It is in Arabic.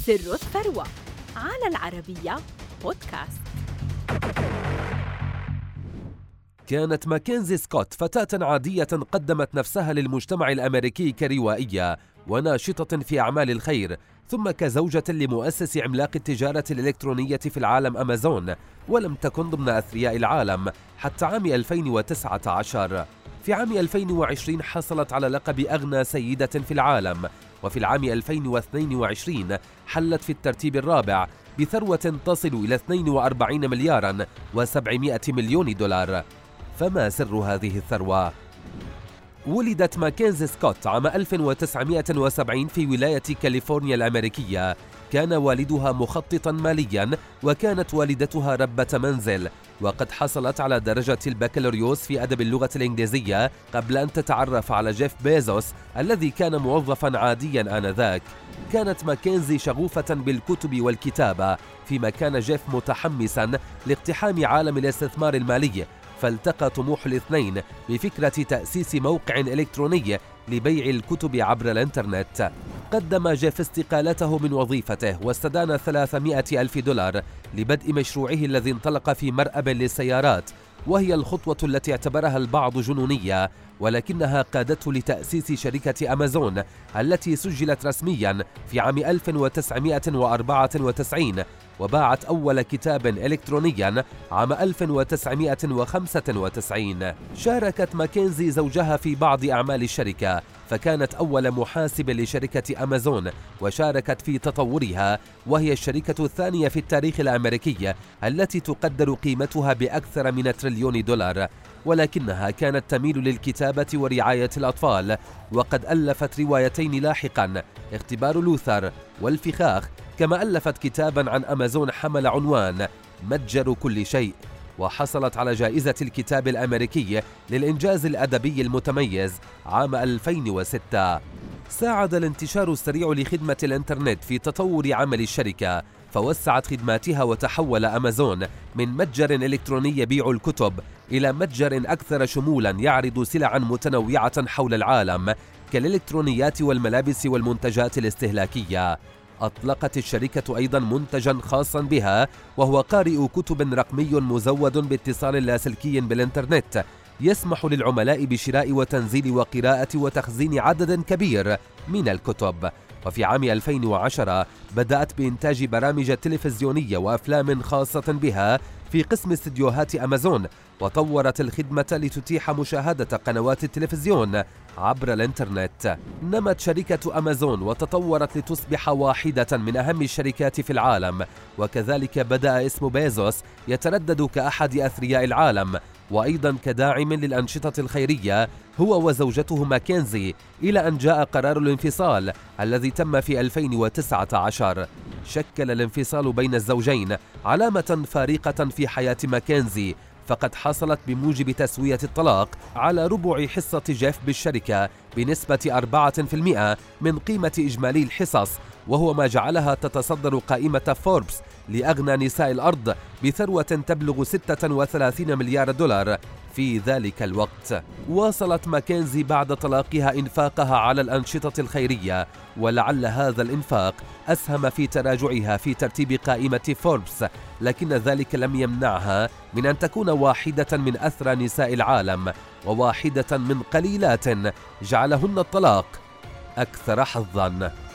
سر الثروة على العربية بودكاست. كانت ماكنزي سكوت فتاة عادية قدمت نفسها للمجتمع الأمريكي كروائية وناشطة في أعمال الخير، ثم كزوجة لمؤسس عملاق التجارة الإلكترونية في العالم أمازون، ولم تكن ضمن أثرياء العالم حتى عام 2019. في عام 2020 حصلت على لقب أغنى سيدة في العالم، وفي العام 2022 حلت في الترتيب الرابع بثروة تصل إلى 42 ملياراً و700 مليون دولار. فما سر هذه الثروة؟ ولدت ماكنزي سكوت عام 1970 في ولاية كاليفورنيا الأمريكية. كان والدها مخططا ماليا، وكانت والدتها ربة منزل، وقد حصلت على درجة البكالوريوس في أدب اللغة الإنجليزية قبل أن تتعرف على جيف بيزوس الذي كان موظفا عاديا آنذاك. كانت ماكنزي شغوفة بالكتب والكتابة، فيما كان جيف متحمسا لاقتحام عالم الاستثمار المالي، فالتقى طموح الاثنين بفكرة تأسيس موقع إلكتروني لبيع الكتب عبر الإنترنت. قدم جيف استقالته من وظيفته واستدان 300 ألف دولار لبدء مشروعه الذي انطلق في مرأب للسيارات، وهي الخطوة التي اعتبرها البعض جنونية، ولكنها قادته لتأسيس شركة أمازون التي سجلت رسميا في عام 1994، وباعت أول كتاب إلكترونيا عام 1995. شاركت ماكنزي زوجها في بعض أعمال الشركة، فكانت أول محاسب لشركة أمازون وشاركت في تطورها، وهي الشركة الثانية في التاريخ الأمريكي التي تقدر قيمتها بأكثر من تريليون دولار، ولكنها كانت تميل للكتابة ورعاية الأطفال، وقد ألفت روايتين لاحقا، اختبار لوثر والفخاخ، كما ألفت كتابا عن أمازون حمل عنوان متجر كل شيء، وحصلت على جائزة الكتاب الأمريكي للإنجاز الأدبي المتميز عام 2006. ساعد الانتشار السريع لخدمة الإنترنت في تطور عمل الشركة، فوسعت خدماتها وتحول أمازون من متجر إلكتروني يبيع الكتب إلى متجر أكثر شمولا يعرض سلعا متنوعة حول العالم كالإلكترونيات والملابس والمنتجات الاستهلاكية. أطلقت الشركة أيضا منتجا خاصا بها، وهو قارئ كتب رقمي مزود باتصال لاسلكي بالإنترنت، يسمح للعملاء بشراء وتنزيل وقراءة وتخزين عدد كبير من الكتب. وفي عام 2010 بدأت بإنتاج برامج تلفزيونية وأفلام خاصة بها في قسم استديوهات أمازون، وطورت الخدمة لتتيح مشاهدة قنوات التلفزيون عبر الإنترنت. نمت شركة أمازون وتطورت لتصبح واحدة من أهم الشركات في العالم، وكذلك بدأ اسم بيزوس يتردد كأحد أثرياء العالم، وأيضا كداعم للأنشطة الخيرية هو وزوجته ماكنزي، إلى أن جاء قرار الانفصال الذي تم في 2019. شكل الانفصال بين الزوجين علامة فارقة في حياة ماكنزي، فقد حصلت بموجب تسوية الطلاق على ربع حصة جيف بالشركة بنسبة 4% من قيمة إجمالي الحصص، وهو ما جعلها تتصدر قائمة فوربس لأغنى نساء الأرض بثروة تبلغ 36 مليار دولار في ذلك الوقت. واصلت ماكنزي بعد طلاقها إنفاقها على الأنشطة الخيرية، ولعل هذا الإنفاق أسهم في تراجعها في ترتيب قائمة فوربس، لكن ذلك لم يمنعها من أن تكون واحدة من أثرى نساء العالم، وواحدة من قليلات جعلهن الطلاق أكثر حظاً.